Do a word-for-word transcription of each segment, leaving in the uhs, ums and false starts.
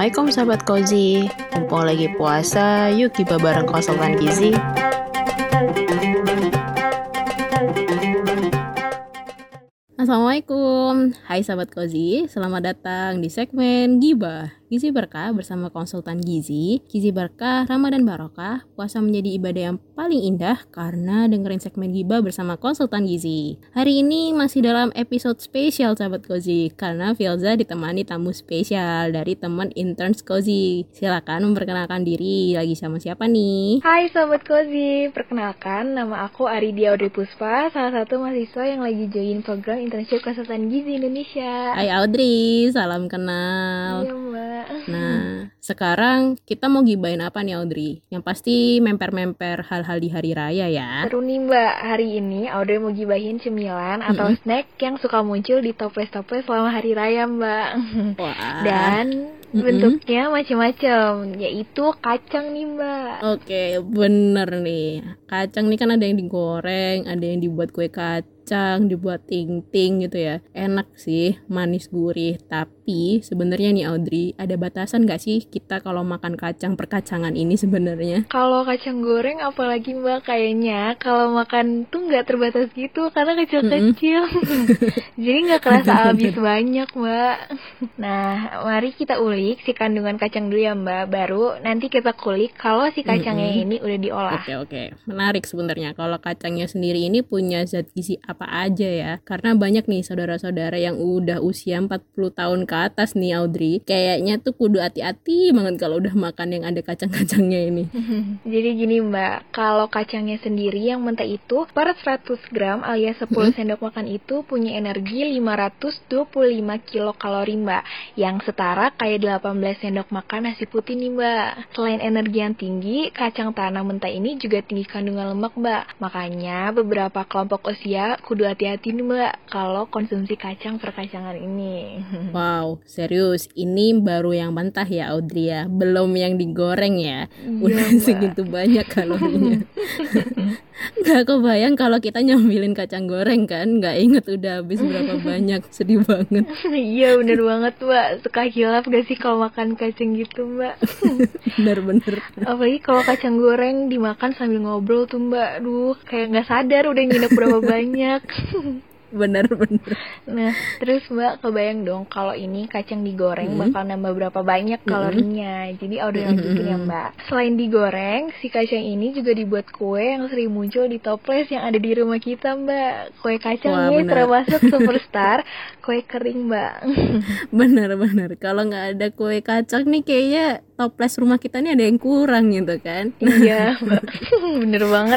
Assalamualaikum sahabat Cozy. Mumpung lagi puasa, yuk gibah bareng konsultan gizi. Assalamualaikum, hai sahabat Cozy, selamat datang di segmen Gibah Gizi Berkah bersama konsultan gizi. Gizi Berkah, Ramadan Barokah, puasa menjadi ibadah yang paling indah karena dengerin segmen Gibah bersama konsultan gizi. Hari ini masih dalam episode spesial sahabat Cozy, karena Filza ditemani tamu spesial dari teman interns Cozy. Silakan memperkenalkan diri, lagi sama siapa nih? Hai sahabat Cozy, perkenalkan nama aku Aridia Audrey Puspa, salah satu mahasiswa yang lagi join program internship konsultan gizi Indonesia. Hai Audrey, salam kenal. Iya mbak. Nah, sekarang kita mau gibahin apa nih Audrey? Yang pasti memper-memper hal-hal di hari raya ya. Seru nih mbak, hari ini Audrey mau gibahin cemilan atau mm-hmm. snack yang suka muncul di toples-toples selama hari raya mbak. Wah. Dan mm-hmm. bentuknya macam-macam, yaitu kacang nih mbak. Oke, bener nih. Kacang nih kan ada yang digoreng, ada yang dibuat kue kacang, dibuat ting-ting gitu ya. Enak sih, manis gurih. Tapi sebenarnya nih Audrey, ada batasan gak sih kita kalau makan kacang perkacangan ini sebenarnya? Kalau kacang goreng apalagi mbak, kayaknya kalau makan tuh nggak terbatas gitu karena kecil-kecil. Mm-hmm. Jadi nggak kerasa habis banyak mbak. Nah, mari kita ulik si kandungan kacang dulu ya mbak. Baru nanti kita kulik kalau si kacangnya mm-hmm. ini udah diolah. Oke oke, menarik sebenarnya kalau kacangnya sendiri ini punya zat gizi apa aja ya. Karena banyak nih saudara-saudara yang udah usia empat puluh tahun ke atas nih Audrey. Kayaknya tuh kudu hati-hati banget kalau udah makan yang ada kacang-kacangnya ini. Jadi gini mbak, kalau kacangnya sendiri yang mentah itu per seratus gram alias sepuluh mm-hmm. sendok makan itu punya energi lima ratus dua puluh lima kilokalori mbak, yang setara kayak delapan belas sendok makan nasi putih nih mbak. Selain energi yang tinggi, kacang tanah mentah ini juga tinggi kandungan lemak mbak. Makanya beberapa kelompok usia kudu hati-hati nih mbak kalau konsumsi kacang perkacangan ini. Wow, serius, ini baru yang mentah ya Audrey ya, belum yang digoreng ya. Udah ya, segitu banyak kalorinya. Gak kebayang kalau kita nyambilin kacang goreng kan, gak inget udah habis berapa banyak, sedih banget. Iya bener banget mbak, suka hilaf gak sih kalau makan kacang gitu mbak? Bener-bener. Apalagi kalau kacang goreng dimakan sambil ngobrol tuh mbak, aduh kayak gak sadar udah nginep berapa banyak. Bener-bener. Nah, terus mbak kebayang dong kalau ini kacang digoreng mm-hmm. bakal nambah berapa banyak kalorinya. Mm-hmm. Jadi udah lanjutin mm-hmm. ya mbak. Selain digoreng, si kacang ini juga dibuat kue yang sering muncul di toples yang ada di rumah kita mbak. Kue kacang Wah, ini bener. Termasuk superstar kue kering mbak. Bener-bener. Kalau nggak ada kue kacang nih kayaknya toples rumah kita nih ada yang kurang gitu kan. Iya mbak. Bener banget.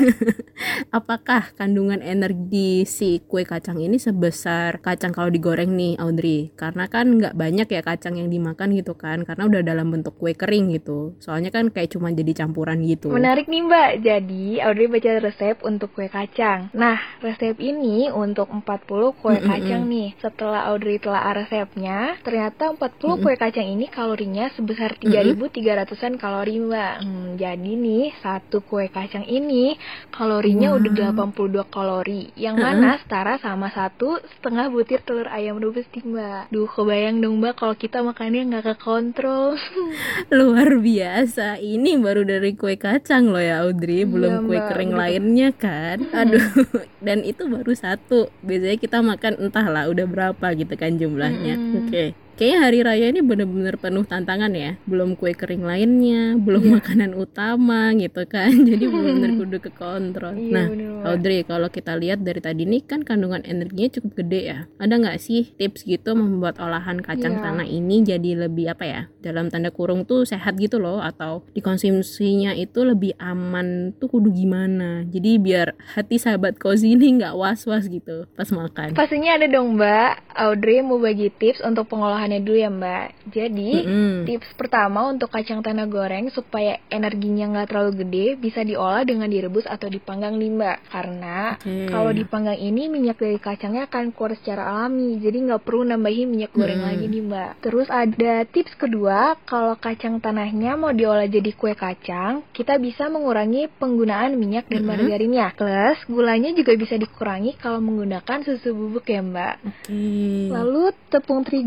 Apakah kandungan energi si kue kacang ini sebesar kacang kalau digoreng nih Audrey? Karena kan nggak banyak ya kacang yang dimakan gitu kan, karena udah dalam bentuk kue kering gitu. Soalnya kan kayak cuma jadi campuran gitu. Menarik nih mbak. Jadi Audrey baca resep untuk kue kacang. Nah, resep ini untuk empat puluh kue mm-hmm. kacang nih. Setelah Audrey telah resepnya, ternyata empat puluh mm-hmm. kue kacang ini kalorinya sebesar tiga ribu tiga ratusan kalori mbak. Hmm, jadi nih satu kue kacang ini kalorinya wow. udah delapan puluh dua kalori, yang uh-uh. mana setara sama satu setengah butir telur ayam rebus mbak. Duh, kebayang dong mbak kalau kita makannya nggak kekontrol. Luar biasa, ini baru dari kue kacang loh ya Audrey, belum iya, kue mbak, kering bener. Lainnya kan. Aduh, dan itu baru satu. Biasanya kita makan entahlah udah berapa gitu kan jumlahnya. Mm-hmm. Oke. Okay. Kayaknya hari raya ini benar-benar penuh tantangan ya. Belum kue kering lainnya, belum yeah. makanan utama gitu kan. Jadi benar-benar kudu kekontrol. Yeah, nah, bener-bener. Audrey, kalau kita lihat dari tadi nih kan kandungan energinya cukup gede ya. Ada nggak sih tips gitu membuat olahan kacang yeah. tanah ini jadi lebih apa ya? Dalam tanda kurung tuh sehat gitu loh, atau dikonsumsinya itu lebih aman tuh kudu gimana? Jadi biar hati sahabat Cozy ini nggak was-was gitu pas makan. Pastinya ada dong mbak. Audrey mau bagi tips untuk pengolahan dulu ya mbak. Jadi mm-hmm. tips pertama untuk kacang tanah goreng supaya energinya nggak terlalu gede, bisa diolah dengan direbus atau dipanggang nih mbak. Karena okay. kalau dipanggang ini minyak dari kacangnya akan keluar secara alami, jadi nggak perlu nambahin minyak goreng mm-hmm. lagi nih mbak. Terus ada tips kedua, kalau kacang tanahnya mau diolah jadi kue kacang, kita bisa mengurangi penggunaan minyak dan mm-hmm. margarinnya. Plus gulanya juga bisa dikurangi kalau menggunakan susu bubuk ya mbak. Okay. Lalu tepung terigunya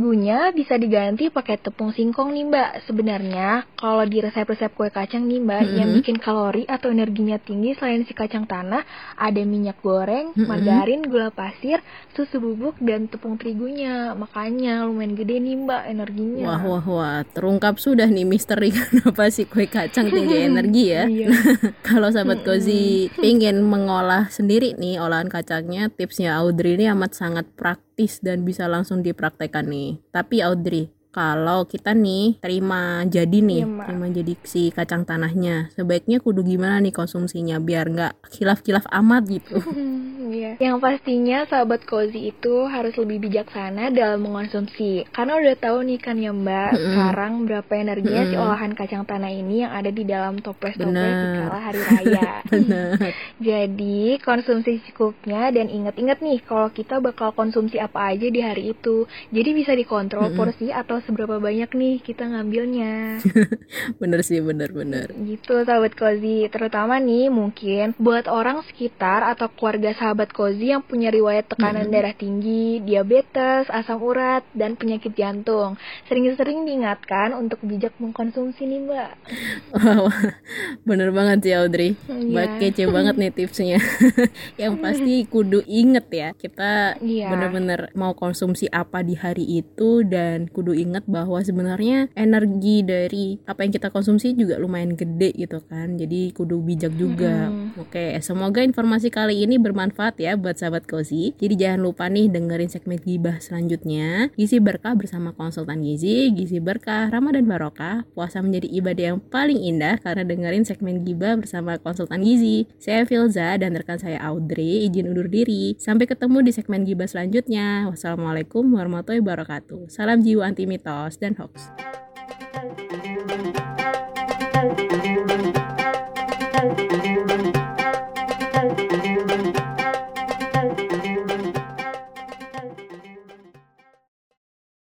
Sama bisa diganti pakai tepung singkong nih Mbak. Sebenarnya kalau di resep-resep kue kacang nih Mbak, mm-hmm. yang bikin kalori atau energinya tinggi selain si kacang tanah, ada minyak goreng, mm-hmm. margarin, gula pasir, susu bubuk, dan tepung terigunya. Makanya lumayan gede nih Mbak energinya. Wah wah wah, terungkap sudah nih misteri kenapa si kue kacang tinggi energi ya. Kalau sahabat Cozy pengen mengolah sendiri nih olahan kacangnya, tipsnya Audrey ini amat sangat praktis dan bisa langsung dipraktekkan nih. Tapi Audrey, kalau kita nih terima jadi nih, ya, terima jadi si kacang tanahnya, sebaiknya kudu gimana nih konsumsinya biar nggak khilaf-khilaf amat gitu. Iya. Yang pastinya sahabat Cozy itu harus lebih bijaksana dalam mengkonsumsi. Karena udah tahu nih kan ya Mbak, mm-hmm. sekarang berapa energinya mm-hmm. si olahan kacang tanah ini yang ada di dalam toples-toples di kala hari raya. Jadi konsumsi secukupnya dan ingat-ingat nih kalau kita bakal konsumsi apa aja di hari itu. Jadi bisa dikontrol mm-hmm. porsi atau seberapa banyak nih kita ngambilnya. Bener sih, bener-bener. Gitu sahabat Cozy. Terutama nih mungkin buat orang sekitar atau keluarga sahabat Cozy yang punya riwayat tekanan mm-hmm. darah tinggi, diabetes, asam urat, dan penyakit jantung. Sering-sering diingatkan untuk bijak mengkonsumsi nih Mbak. Wow, bener banget sih Audrey. Yeah. Mbak kece banget nih tipsnya. Yang pasti kudu inget ya, kita yeah. bener-bener mau konsumsi apa di hari itu, dan kudu inget bahwa sebenarnya energi dari apa yang kita konsumsi juga lumayan gede gitu kan. Jadi kudu bijak juga. Mm-hmm. Oke, semoga informasi kali ini bermanfaat ya buat sahabat Cozy. Jadi jangan lupa nih dengerin segmen Gibah selanjutnya. Gizi Berkah bersama konsultan gizi. Gizi Berkah, Ramadan Barokah. Puasa menjadi ibadah yang paling indah karena dengerin segmen Gibah bersama konsultan gizi. Saya Filza dan rekan saya Audrey izin undur diri. Sampai ketemu di segmen Gibah selanjutnya. Wassalamualaikum warahmatullahi wabarakatuh. Salam jiwa anti mitos dan hoax. Thank you.